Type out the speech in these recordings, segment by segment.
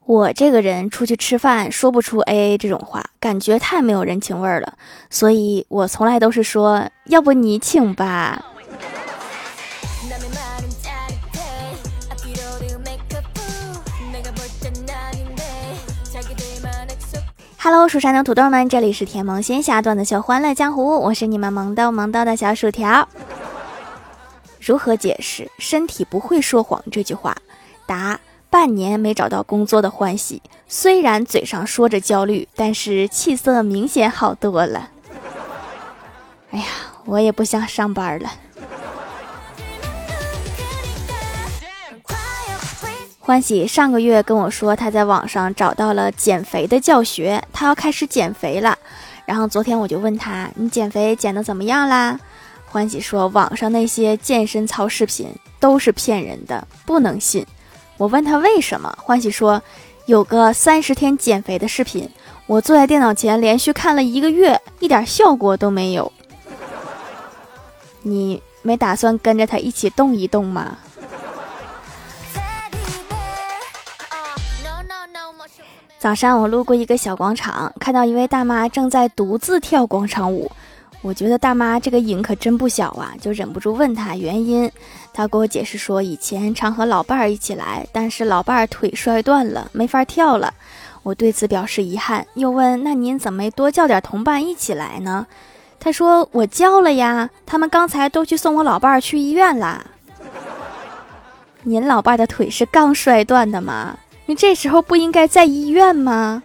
我这个人出去吃饭说不出 AA 这种话，感觉太没有人情味了，所以我从来都是说要不你请吧。Hello， 蜀山的土豆们，这里是甜萌仙侠段的小欢乐江湖，我是你们萌逗的小薯条。如何解释身体不会说谎这句话？答：半年没找到工作的欢喜，虽然嘴上说着焦虑，但是气色明显好多了。哎呀，我也不想上班了。欢喜上个月跟我说，他在网上找到了减肥的教学，他要开始减肥了。然后昨天我就问他，你减肥减得怎么样啦？欢喜说，网上那些健身操视频都是骗人的，不能信。我问他为什么，欢喜说，有个30天减肥的视频，我坐在电脑前连续看了1个月，一点效果都没有。你没打算跟着他一起动一动吗？早上我路过一个小广场，看到一位大妈正在独自跳广场舞。我觉得大妈这个瘾可真不小啊，就忍不住问她原因。她给我解释说，以前常和老伴儿一起来，但是老伴儿腿摔断了，没法跳了。我对此表示遗憾，又问那您怎么没多叫点同伴一起来呢？她说我叫了呀，他们刚才都去送我老伴儿去医院啦。您老伴儿的腿是刚摔断的吗？你这时候不应该在医院吗？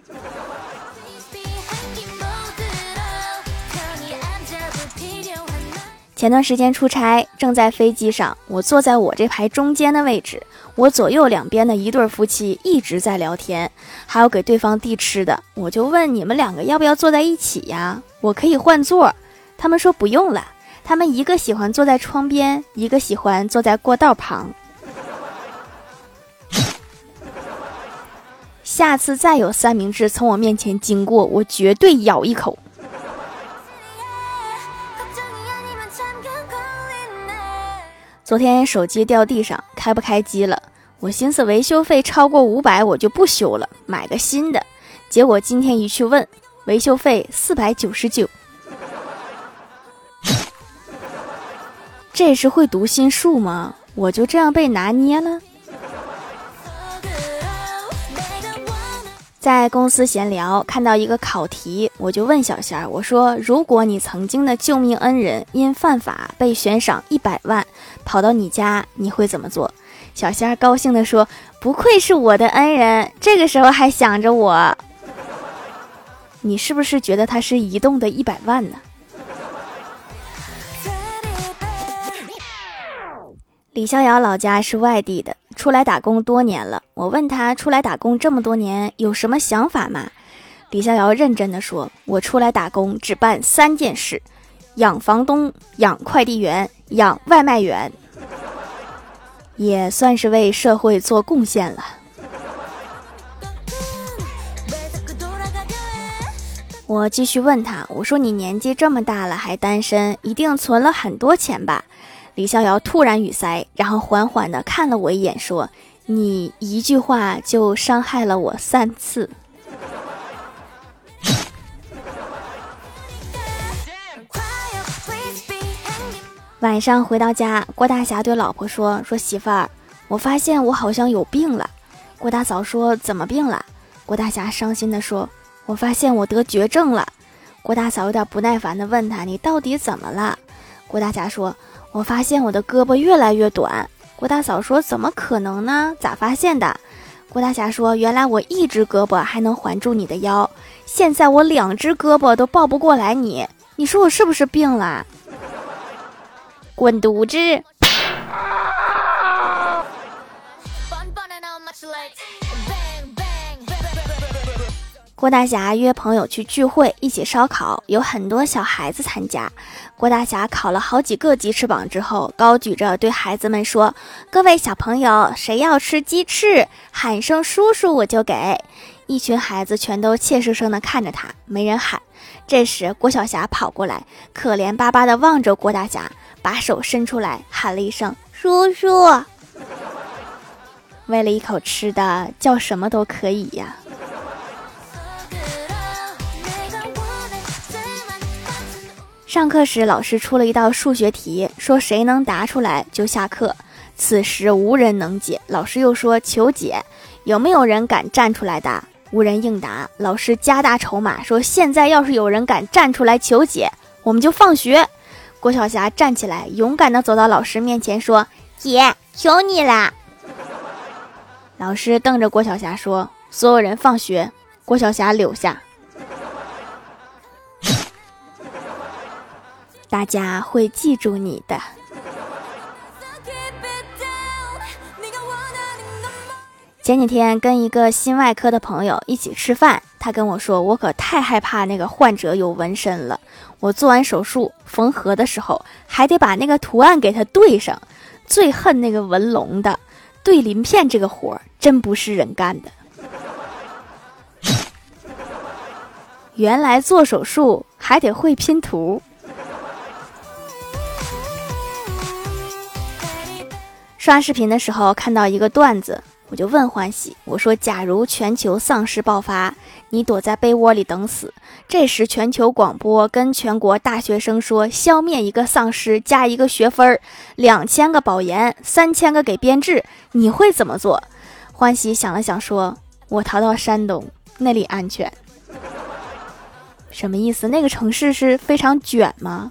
前段时间出差，正在飞机上，我坐在我这排中间的位置，我左右两边的一对夫妻一直在聊天，还要给对方递吃的。我就问你们两个要不要坐在一起呀？我可以换座。他们说不用了，他们一个喜欢坐在窗边，一个喜欢坐在过道旁。下次再有三明治从我面前经过，我绝对咬一口。昨天手机掉地上，开不开机了，我寻思维修费超过500我就不修了，买个新的。结果今天一去问，维修费499。这是会读心术吗？我就这样被拿捏了？在公司闲聊，看到一个考题，我就问小仙儿，我说如果你曾经的救命恩人因犯法被悬赏100万跑到你家，你会怎么做？小仙儿高兴地说，不愧是我的恩人，这个时候还想着我。你是不是觉得他是移动的100万呢？李逍遥老家是外地的，出来打工多年了。我问他出来打工这么多年有什么想法吗？李逍遥认真地说，我出来打工只办3件事，养房东，养快递员，养外卖员，也算是为社会做贡献了。我继续问他，我说你年纪这么大了还单身，一定存了很多钱吧？李逍遥突然语塞，然后缓缓地看了我一眼，说，你一句话就伤害了我3次。晚上回到家，郭大侠对老婆说媳妇儿，我发现我好像有病了。郭大嫂说怎么病了？郭大侠伤心地说，我发现我得绝症了。郭大嫂有点不耐烦地问他，你到底怎么了？郭大侠说，我发现我的胳膊越来越短。郭大嫂说，怎么可能呢？咋发现的？郭大侠说，原来我1只胳膊还能环住你的腰，现在我2只胳膊都抱不过来你，你说我是不是病了？滚犊子！郭大侠约朋友去聚会，一起烧烤，有很多小孩子参加。郭大侠烤了好几个鸡翅膀之后，高举着对孩子们说，各位小朋友，谁要吃鸡翅，喊声叔叔我就给。一群孩子全都怯生生地看着他，没人喊。这时郭晓霞跑过来，可怜巴巴地望着郭大侠，把手伸出来喊了一声叔叔。 为了一口吃的，叫什么都可以呀。上课时，老师出了一道数学题，说谁能答出来就下课。此时无人能解，老师又说求解，有没有人敢站出来答？无人应答。老师加大筹码，说现在要是有人敢站出来求解，我们就放学。郭晓霞站起来，勇敢地走到老师面前说：姐，求你啦！老师瞪着郭晓霞说：所有人放学。郭晓霞留下。大家会记住你的。前几天跟一个心外科的朋友一起吃饭，他跟我说，我可太害怕那个患者有纹身了，我做完手术缝合的时候还得把那个图案给他对上，最恨那个纹龙的，对鳞片这个活真不是人干的。原来做手术还得会拼图。刷视频的时候看到一个段子，我就问欢喜，我说假如全球丧尸爆发，你躲在被窝里等死，这时全球广播跟全国大学生说，消灭一个丧尸加一个学分，2000个保研，3000个给编制，你会怎么做？欢喜想了想说，我逃到山东，那里安全。什么意思？那个城市是非常卷吗？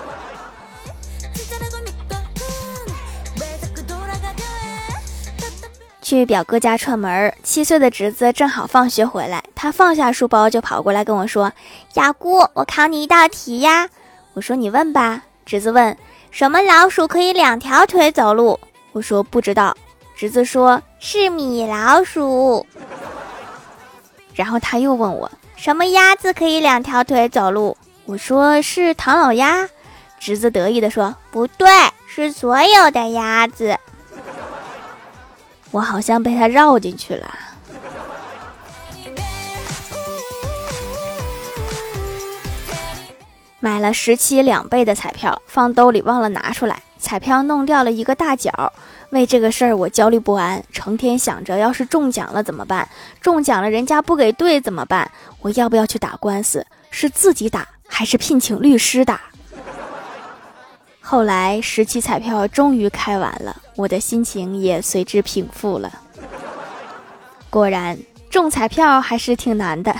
去表哥家串门，7岁的侄子正好放学回来，他放下书包就跑过来跟我说，雅姑，我考你一道题呀。我说你问吧。侄子问，什么老鼠可以2条腿走路？我说不知道。侄子说是米老鼠。然后他又问我，什么鸭子可以2条腿走路？我说是唐老鸭。侄子得意地说，不对，是所有的鸭子。我好像被他绕进去了。买了17 2倍的彩票，放兜里忘了拿出来，彩票弄掉了一个大角。为这个事儿我焦虑不安，成天想着要是中奖了怎么办，中奖了人家不给兑怎么办，我要不要去打官司，是自己打还是聘请律师打？后来17彩票终于开完了，我的心情也随之平复了。果然中彩票还是挺难的。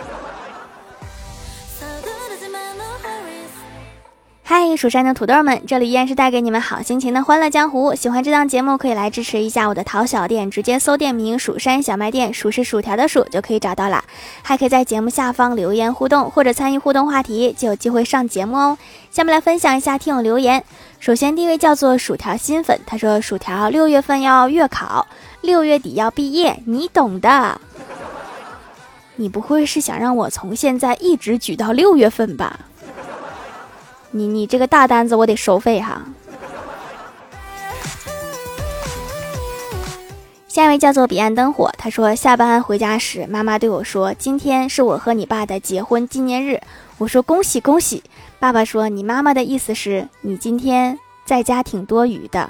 嗨，蜀山的土豆们，这里依然是带给你们好心情的欢乐江湖。喜欢这档节目可以来支持一下我的淘小店，直接搜店名蜀山小卖店，蜀是薯条的蜀就可以找到了。还可以在节目下方留言互动，或者参与互动话题，就有机会上节目哦。下面来分享一下听友留言。首先第一位叫做薯条新粉，他说薯条6月份要月考，6月底要毕业，你懂的。你不会是想让我从现在一直举到6月份吧？你这个大单子我得收费哈。下一位叫做彼岸灯火，他说下班回家时，妈妈对我说，今天是我和你爸的结婚纪念日。我说恭喜恭喜。爸爸说，你妈妈的意思是你今天在家挺多余的。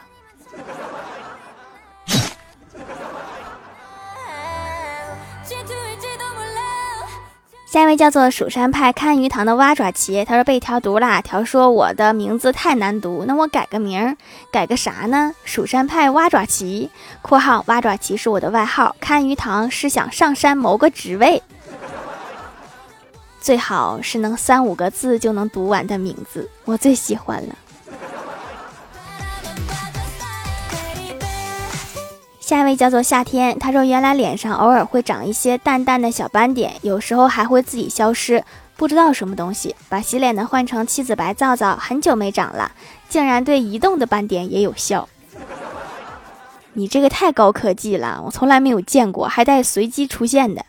下一位叫做蜀山派看鱼塘的蛙爪旗，他说被条毒啦，条说我的名字太难读，那我改个名，改个啥呢？蜀山派蛙爪旗（括号蛙爪旗是我的外号，看鱼塘是想上山谋个职位，最好是能3、5个字就能读完的名字，我最喜欢了。下一位叫做夏天，他说原来脸上偶尔会长一些淡淡的小斑点，有时候还会自己消失，不知道什么东西，把洗脸的换成7子白皂皂，很久没长了，竟然对移动的斑点也有效。你这个太高科技了，我从来没有见过，还带随机出现的。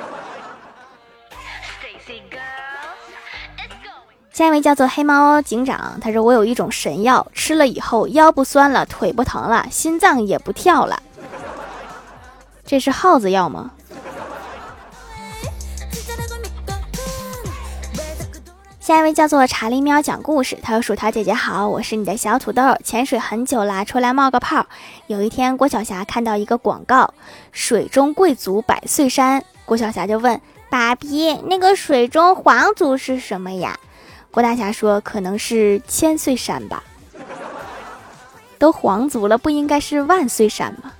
下一位叫做黑猫警长，他说我有一种神药，吃了以后腰不酸了，腿不疼了，心脏也不跳了。这是耗子药吗？ 下一位叫做查理喵讲故事，他说薯条姐姐好，我是你的小土豆，潜水很久啦，出来冒个泡。有一天郭晓霞看到一个广告，水中贵族百岁山，郭晓霞就问爸比，那个水中皇族是什么呀？郭大侠说可能是千岁山吧，都皇族了不应该是万岁山吗？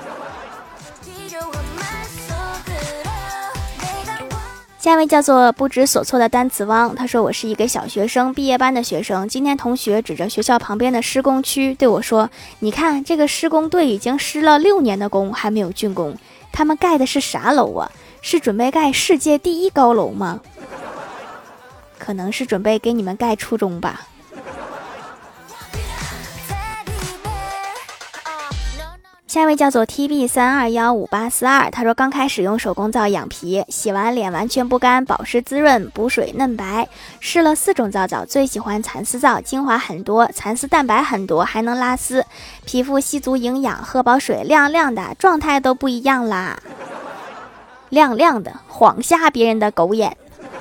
下一位叫做不知所措的单词汪，他说我是一个小学生，毕业班的学生。今天同学指着学校旁边的施工区对我说，你看这个施工队已经施了6年的工还没有竣工，他们盖的是啥楼啊？是准备盖世界第1高楼吗？可能是准备给你们盖初中吧。下一位叫做 TB32158842，他说刚开始用手工皂养皮，洗完脸完全不干，保湿滋润，补水嫩白，试了4种皂皂，最喜欢蚕丝皂，精华很多，蚕丝蛋白很多，还能拉丝，皮肤吸足营养，喝饱水亮亮的，状态都不一样啦，亮亮的，晃瞎别人的狗眼。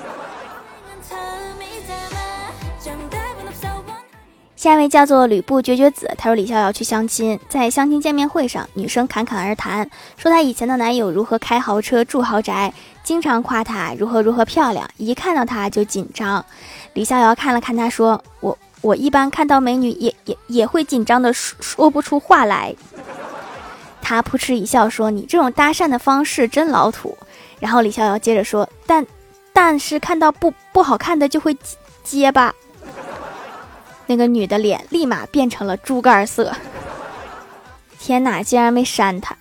下一位叫做吕布绝绝子，他说李逍遥去相亲，在相亲见面会上，女生侃侃而谈，说她以前的男友如何开豪车住豪宅，经常夸她如何漂亮，一看到她就紧张。李逍遥看了看她说，我一般看到美女也会紧张的说不出话来。他扑哧一笑说，你这种搭讪的方式真老土。然后李逍遥接着说，但是看到不好看的就会结巴。那个女的脸立马变成了猪肝色，天哪，竟然没删她。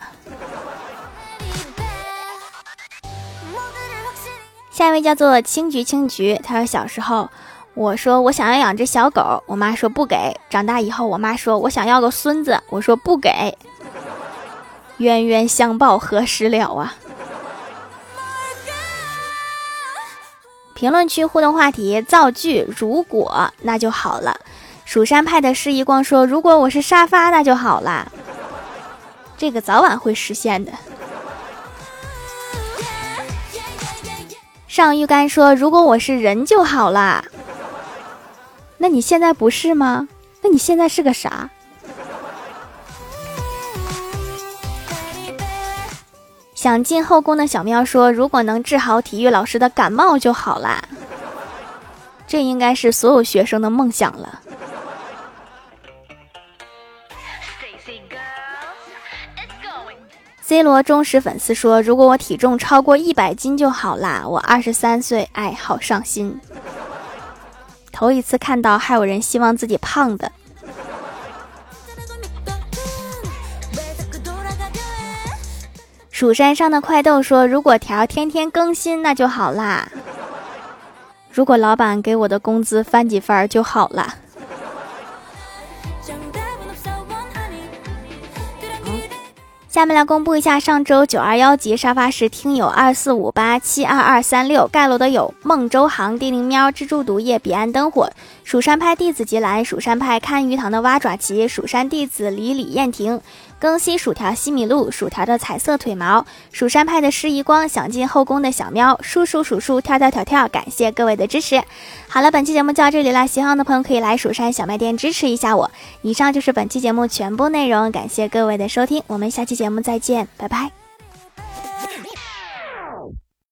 下一位叫做青桔，他说小时候我说我想要养只小狗，我妈说不给，长大以后我妈说我想要个孙子，我说不给，冤冤相报何时了啊。评论区互动话题造句，如果那就好了。蜀山派的施一光说，如果我是沙发那就好啦，这个早晚会实现的。上玉干说，如果我是人就好啦，那你现在不是吗？那你现在是个啥？想进后宫的小喵说，如果能治好体育老师的感冒就好啦，这应该是所有学生的梦想了。C 罗忠实粉丝说，如果我体重超过100斤就好啦，我23岁，哎，好伤心。头一次看到还有人希望自己胖的。蜀山上的快豆说，如果条天天更新那就好啦，如果老板给我的工资翻几番就好啦。下面来公布一下上周921级沙发是听友245872236，盖楼的有孟州行、地灵喵、蜘蛛毒液、彼岸灯火、蜀山派弟子吉兰、蜀山派看鱼塘的蛙爪旗、蜀山弟子李燕婷、更新薯条西米露、薯条的彩色腿毛、蜀山派的施一光、想进后宫的小喵、叔叔数数跳跳跳跳，感谢各位的支持。好了，本期节目就到这里了，喜欢的朋友可以来蜀山小卖店支持一下我。以上就是本期节目全部内容，感谢各位的收听，我们下期节目再见，拜拜。